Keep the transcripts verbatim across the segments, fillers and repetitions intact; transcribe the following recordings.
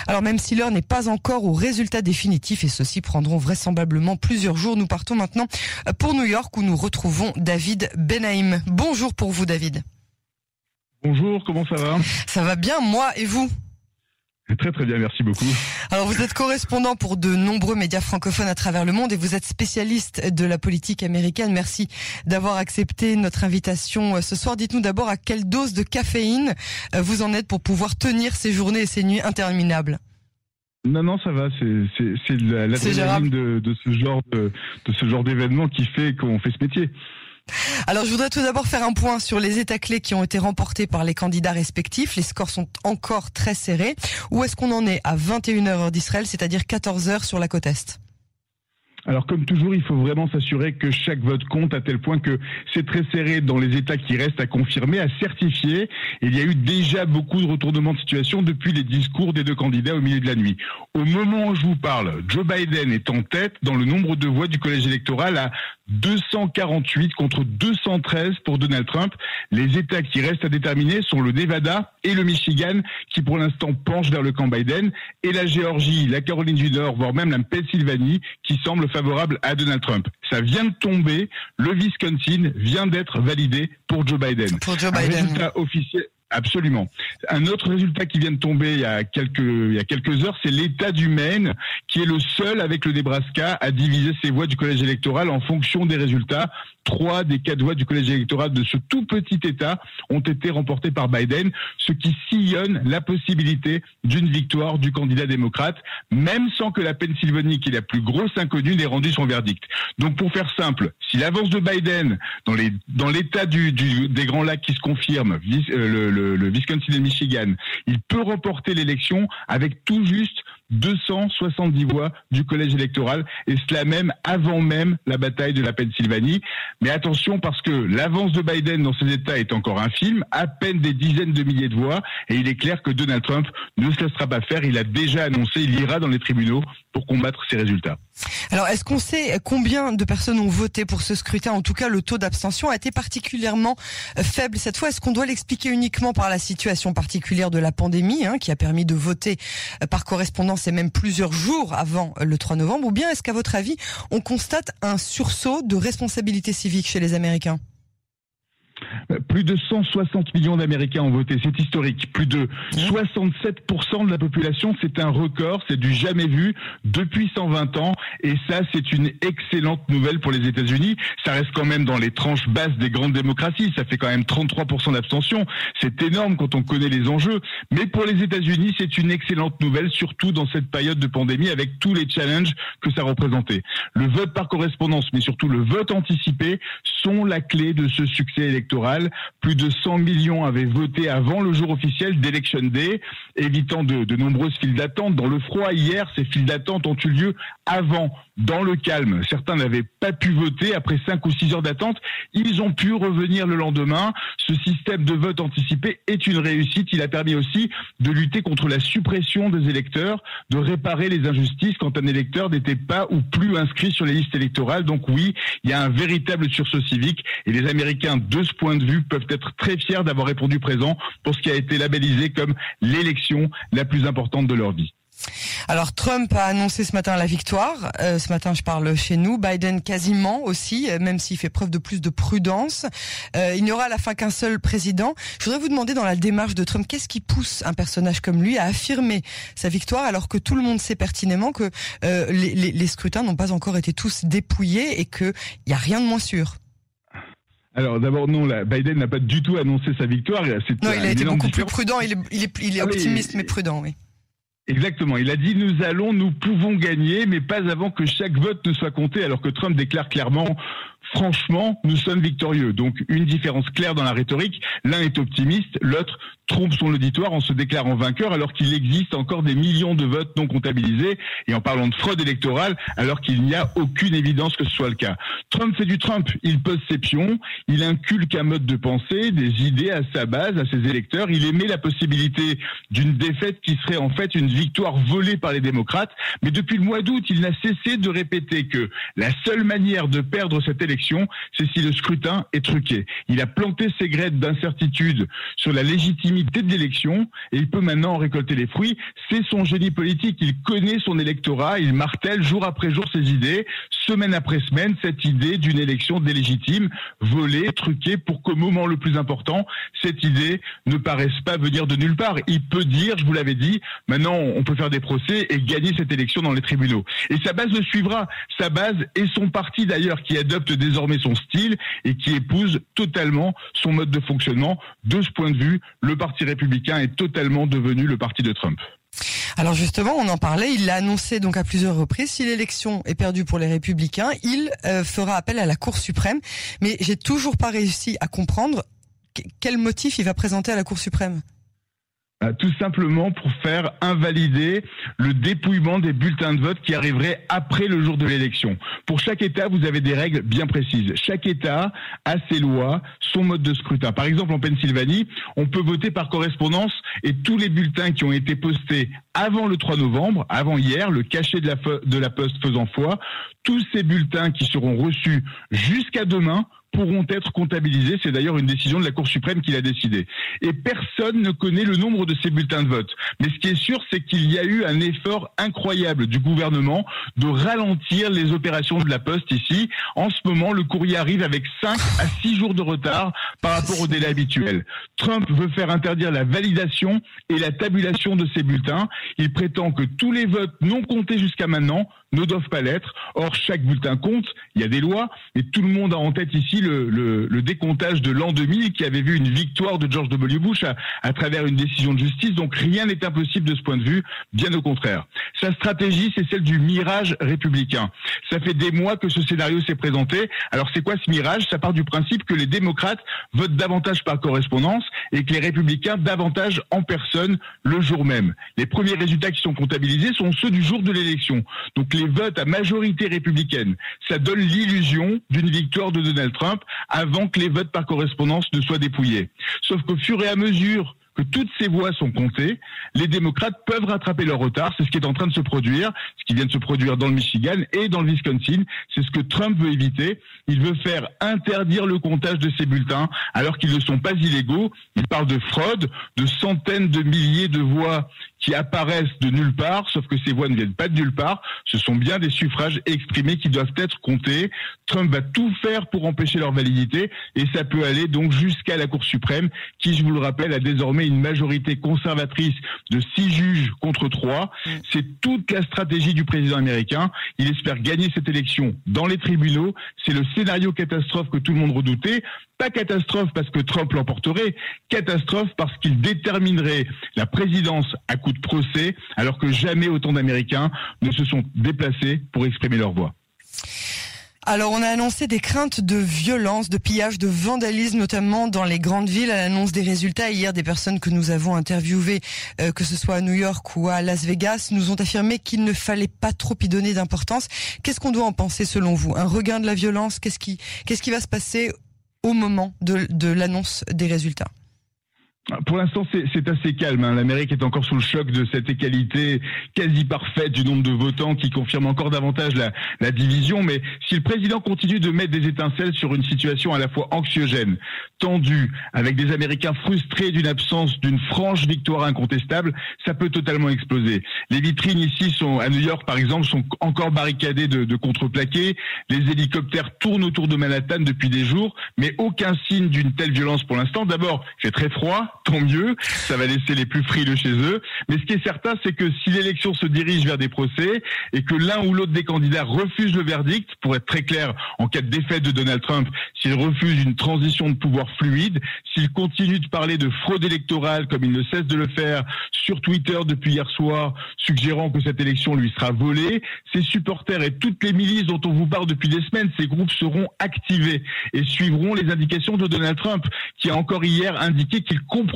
Alors même si l'heure n'est pas encore au résultat définitif, et ceux-ci prendront vraisemblablement plusieurs jours, nous partons maintenant pour New York où nous retrouvons David Benaïm. Bonjour pour vous David. Bonjour, comment ça va ? Ça va bien, moi et vous ? Très très bien, merci beaucoup. Alors vous êtes correspondant pour de nombreux médias francophones à travers le monde et vous êtes spécialiste de la politique américaine. Merci d'avoir accepté notre invitation ce soir. Dites-nous d'abord à quelle dose de caféine vous en êtes pour pouvoir tenir ces journées et ces nuits interminables. Non, non, ça va, c'est, c'est, c'est l'adrénaline de, de ce genre de, de ce genre d'événement qui fait qu'on fait ce métier. Alors je voudrais tout d'abord faire un point sur les états clés qui ont été remportés par les candidats respectifs. Les scores sont encore très serrés. Où est-ce qu'on en est à vingt et une heures heure d'Israël, c'est-à-dire quatorze heures sur la côte Est ? Alors comme toujours, il faut vraiment s'assurer que chaque vote compte à tel point que c'est très serré dans les États qui restent à confirmer, à certifier. Il y a eu déjà beaucoup de retournements de situation depuis les discours des deux candidats au milieu de la nuit. Au moment où je vous parle, Joe Biden est en tête dans le nombre de voix du collège électoral à deux cent quarante-huit contre deux cent treize pour Donald Trump. Les États qui restent à déterminer sont le Nevada et le Michigan qui pour l'instant penchent vers le camp Biden et la Géorgie, la Caroline du Nord, voire même la Pennsylvanie qui semble favorable à Donald Trump. Ça vient de tomber, le Wisconsin vient d'être validé pour Joe Biden. Pour Joe Biden. Un résultat officiel. Absolument. Un autre résultat qui vient de tomber il y a quelques, il y a quelques heures, c'est l'État du Maine, qui est le seul avec le Nebraska à diviser ses voix du collège électoral en fonction des résultats. Trois des quatre voix du collège électoral de ce tout petit État ont été remportées par Biden, ce qui sillonne la possibilité d'une victoire du candidat démocrate, même sans que la Pennsylvanie, qui est la plus grosse inconnue, n'ait rendu son verdict. Donc pour faire simple, si l'avance de Biden dans les, dans l'État du, du, des Grands Lacs qui se confirme, euh, le, le, le Wisconsin et le Michigan, il peut remporter l'élection avec tout juste deux cent soixante-dix voix du collège électoral, et cela même avant même la bataille de la Pennsylvanie. Mais attention, parce que l'avance de Biden dans ces États est encore infime, à peine des dizaines de milliers de voix, et il est clair que Donald Trump ne se laissera pas faire. Il a déjà annoncé, il ira dans les tribunaux pour combattre ces résultats. Alors, est-ce qu'on sait combien de personnes ont voté pour ce scrutin ? En tout cas, le taux d'abstention a été particulièrement faible cette fois. Est-ce qu'on doit l'expliquer uniquement par la situation particulière de la pandémie, hein, qui a permis de voter par correspondance et même plusieurs jours avant le trois novembre, ou bien est-ce qu'à votre avis, on constate un sursaut de responsabilité civique chez les Américains ? Plus de cent soixante millions d'Américains ont voté, c'est historique. Plus de soixante-sept pour cent de la population, c'est un record, c'est du jamais vu depuis cent vingt ans. Et ça, c'est une excellente nouvelle pour les États-Unis. Ça reste quand même dans les tranches basses des grandes démocraties. Ça fait quand même trente-trois pour cent d'abstention. C'est énorme quand on connaît les enjeux. Mais pour les États-Unis, c'est une excellente nouvelle, surtout dans cette période de pandémie avec tous les challenges que ça représentait. Le vote par correspondance, mais surtout le vote anticipé, sont la clé de ce succès électoral. Plus de cent millions avaient voté avant le jour officiel d'Election Day, évitant de, de nombreuses files d'attente. Dans le froid hier, ces files d'attente ont eu lieu avant, dans le calme. Certains n'avaient pas pu voter après cinq ou six heures d'attente. Ils ont pu revenir le lendemain. Ce système de vote anticipé est une réussite. Il a permis aussi de lutter contre la suppression des électeurs, de réparer les injustices quand un électeur n'était pas ou plus inscrit sur les listes électorales. Donc oui, il y a un véritable sursaut civique et les Américains, de ce point de vue, peuvent être très fiers d'avoir répondu présent pour ce qui a été labellisé comme l'élection la plus importante de leur vie. Alors Trump a annoncé ce matin la victoire. Euh, ce matin, je parle chez nous. Biden quasiment aussi, même s'il fait preuve de plus de prudence. Euh, il n'y aura à la fin qu'un seul président. Je voudrais vous demander, dans la démarche de Trump, qu'est-ce qui pousse un personnage comme lui à affirmer sa victoire alors que tout le monde sait pertinemment que euh, les, les, les scrutins n'ont pas encore été tous dépouillés et qu'il n'y a rien de moins sûr? Alors d'abord non, là, Biden n'a pas du tout annoncé sa victoire. C'est non, il a été beaucoup plus prudent. Il est, il est, il est optimiste mais prudent, oui. Exactement. Il a dit nous allons, nous pouvons gagner, mais pas avant que chaque vote ne soit compté, alors que Trump déclare clairement, franchement, nous sommes victorieux. Donc une différence claire dans la rhétorique. L'un est optimiste, l'autre trompe son auditoire en se déclarant vainqueur alors qu'il existe encore des millions de votes non comptabilisés et en parlant de fraude électorale alors qu'il n'y a aucune évidence que ce soit le cas. Trump fait du Trump, il pose ses pions, il inculque un mode de pensée, des idées à sa base, à ses électeurs, il émet la possibilité d'une défaite qui serait en fait une victoire volée par les démocrates, mais depuis le mois d'août, il n'a cessé de répéter que la seule manière de perdre cette élection, c'est si le scrutin est truqué. Il a planté ses graines d'incertitude sur la légitimité de l'élection et il peut maintenant en récolter les fruits. C'est son génie politique. Il connaît son électorat, il martèle jour après jour ses idées, semaine après semaine, cette idée d'une élection délégitime, volée, truquée, pour qu'au moment le plus important, cette idée ne paraisse pas venir de nulle part. Il peut dire, je vous l'avais dit, maintenant on peut faire des procès et gagner cette élection dans les tribunaux. Et sa base le suivra. Sa base et son parti d'ailleurs, qui adopte désormais son style et qui épouse totalement son mode de fonctionnement. De ce point de vue, le Parti républicain est totalement devenu le parti de Trump. Alors justement, on en parlait, il l'a annoncé donc à plusieurs reprises, si l'élection est perdue pour les Républicains, il euh, fera appel à la Cour suprême. Mais j'ai toujours pas réussi à comprendre quel motif il va présenter à la Cour suprême. Tout simplement pour faire invalider le dépouillement des bulletins de vote qui arriverait après le jour de l'élection. Pour chaque État, vous avez des règles bien précises. Chaque État a ses lois, son mode de scrutin. Par exemple, en Pennsylvanie, on peut voter par correspondance et tous les bulletins qui ont été postés avant le trois novembre, avant hier, le cachet de la, de la poste faisant foi, tous ces bulletins qui seront reçus jusqu'à demain pourront être comptabilisés. C'est d'ailleurs une décision de la Cour suprême qui l'a décidé. Et personne ne connaît le nombre de ces bulletins de vote. Mais ce qui est sûr, c'est qu'il y a eu un effort incroyable du gouvernement de ralentir les opérations de la Poste ici. En ce moment, le courrier arrive avec cinq à six jours de retard par rapport au délai habituel. Trump veut faire interdire la validation et la tabulation de ces bulletins. Il prétend que tous les votes non comptés jusqu'à maintenant ne doivent pas l'être. Or, chaque bulletin compte, il y a des lois, mais tout le monde a en tête ici le, le, le décomptage de l'an deux mille qui avait vu une victoire de George W. Bush à, à travers une décision de justice. Donc rien n'est impossible de ce point de vue, bien au contraire. Sa stratégie, c'est celle du mirage républicain. Ça fait des mois que ce scénario s'est présenté. Alors c'est quoi ce mirage? Ça part du principe que les démocrates votent davantage par correspondance et que les républicains davantage en personne le jour même. Les premiers résultats qui sont comptabilisés sont ceux du jour de l'élection. Donc les votes à majorité républicaine, ça donne l'illusion d'une victoire de Donald Trump avant que les votes par correspondance ne soient dépouillés. Sauf qu'au fur et à mesure que toutes ces voix sont comptées, les démocrates peuvent rattraper leur retard. C'est ce qui est en train de se produire, ce qui vient de se produire dans le Michigan et dans le Wisconsin. C'est ce que Trump veut éviter. Il veut faire interdire le comptage de ces bulletins alors qu'ils ne sont pas illégaux. Il parle de fraude, de centaines de milliers de voix qui apparaissent de nulle part, sauf que ces voix ne viennent pas de nulle part. Ce sont bien des suffrages exprimés qui doivent être comptés. Trump va tout faire pour empêcher leur validité et ça peut aller donc jusqu'à la Cour suprême qui, je vous le rappelle, a désormais une majorité conservatrice de six juges contre trois. C'est toute la stratégie du président américain. Il espère gagner cette élection dans les tribunaux. C'est le scénario catastrophe que tout le monde redoutait. Pas catastrophe parce que Trump l'emporterait, catastrophe parce qu'il déterminerait la présidence à coup de procès, alors que jamais autant d'Américains ne se sont déplacés pour exprimer leur voix. Alors, on a annoncé des craintes de violence, de pillage, de vandalisme, notamment dans les grandes villes. À l'annonce des résultats, hier, des personnes que nous avons interviewées, euh, que ce soit à New York ou à Las Vegas, nous ont affirmé qu'il ne fallait pas trop y donner d'importance. Qu'est-ce qu'on doit en penser selon vous? Un regain de la violence? Qu'est-ce qui, qu'est-ce qui va se passer au moment de, de l'annonce des résultats? Pour l'instant, c'est, c'est assez calme. Hein. L'Amérique est encore sous le choc de cette égalité quasi parfaite du nombre de votants qui confirme encore davantage la, la division. Mais si le président continue de mettre des étincelles sur une situation à la fois anxiogène, tendue, avec des Américains frustrés d'une absence d'une franche victoire incontestable, ça peut totalement exploser. Les vitrines ici sont, à New York par exemple, sont encore barricadées de, de contreplaqués. Les hélicoptères tournent autour de Manhattan depuis des jours, mais aucun signe d'une telle violence pour l'instant. D'abord, c'est très froid. Tant mieux, ça va laisser les plus frileux chez eux. Mais ce qui est certain, c'est que si l'élection se dirige vers des procès et que l'un ou l'autre des candidats refuse le verdict, pour être très clair, en cas de défaite de Donald Trump, s'il refuse une transition de pouvoir fluide, s'il continue de parler de fraude électorale comme il ne cesse de le faire sur Twitter depuis hier soir, suggérant que cette élection lui sera volée, ses supporters et toutes les milices dont on vous parle depuis des semaines, ces groupes seront activés et suivront les indications de Donald Trump, qui a encore hier indiqué qu'il comprend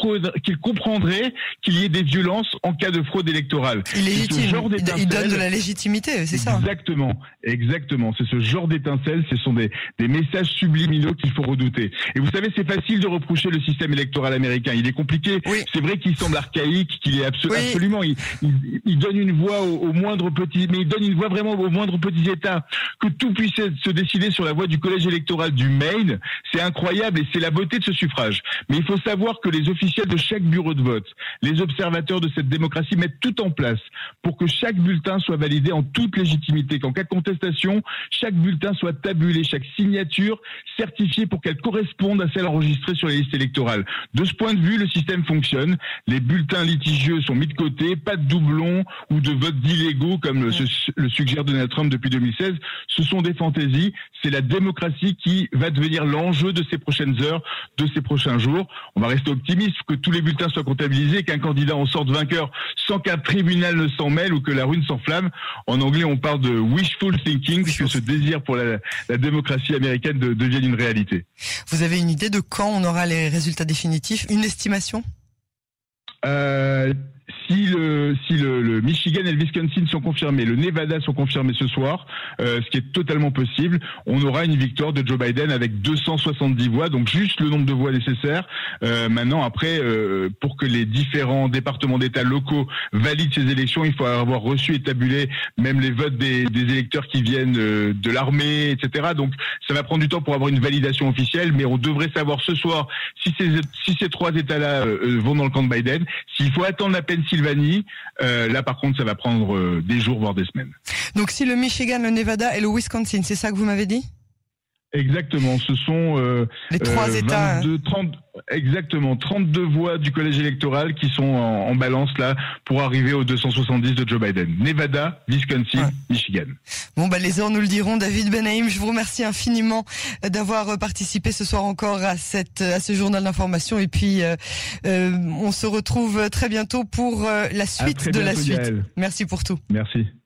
comprendrait, qu'il comprendrait qu'il y ait des violences en cas de fraude électorale. Il légitime, genre il donne de la légitimité, c'est ça. Exactement, exactement. C'est ce genre d'étincelles, ce sont des, des messages subliminaux qu'il faut redouter. Et vous savez, c'est facile de reprocher le système électoral américain. Il est compliqué. Oui. C'est vrai qu'il semble archaïque, qu'il est absolu, oui. absolument. Il, il, il donne une voix au, au moindre petit, mais il donne une voix vraiment au moindre petit État. Que tout puisse se décider sur la voie du collège électoral du Maine, c'est incroyable et c'est la beauté de ce suffrage. Mais il faut savoir que les officiels de chaque bureau de vote, les observateurs de cette démocratie mettent tout en place pour que chaque bulletin soit validé en toute légitimité, qu'en cas de contestation, chaque bulletin soit tabulé, chaque signature certifiée pour qu'elle corresponde à celle enregistrée sur les listes électorales. De ce point de vue, le système fonctionne. Les bulletins litigieux sont mis de côté, pas de doublons ou de votes illégaux comme le, le suggère Donald Trump depuis deux mille seize. Ce sont des fantaisies. C'est la démocratie qui va devenir l'enjeu de ces prochaines heures, de ces prochains jours. On va rester optimiste que tous les bulletins soient comptabilisés, qu'un candidat en sorte vainqueur sans qu'un tribunal ne s'en mêle ou que la rue ne s'enflamme. En anglais, on parle de wishful thinking, que ce désir pour la, la démocratie américaine de, devienne une réalité. Vous avez une idée de quand on aura les résultats définitifs? Une estimation? euh, Si le si le, le Michigan et le Wisconsin sont confirmés, le Nevada sont confirmés ce soir, euh, ce qui est totalement possible, on aura une victoire de Joe Biden avec deux cent soixante-dix voix, donc juste le nombre de voix nécessaires. Euh, maintenant, après, euh, pour que les différents départements d'État locaux valident ces élections, il faut avoir reçu et tabulé même les votes des, des électeurs qui viennent euh, de l'armée, et cetera. Donc, ça va prendre du temps pour avoir une validation officielle, mais on devrait savoir ce soir si ces si ces trois États-là euh, vont dans le camp de Biden. S'il faut attendre la Pennsylvanie, euh, là par contre ça va prendre euh, des jours voire des semaines. Donc si le Michigan, le Nevada et le Wisconsin, c'est ça que vous m'avez dit? Exactement, ce sont euh, les trois euh, États. vingt-deux, trente, exactement, trente-deux voix du collège électoral qui sont en, en balance là pour arriver aux deux cent soixante-dix de Joe Biden. Nevada, Wisconsin, ouais. Michigan. Bon bah les heures nous le diront. David Ben-Haim, je vous remercie infiniment d'avoir participé ce soir encore à cette à ce journal d'information et puis euh, euh, on se retrouve très bientôt pour euh, la suite de la suite. Yael. Merci pour tout. Merci.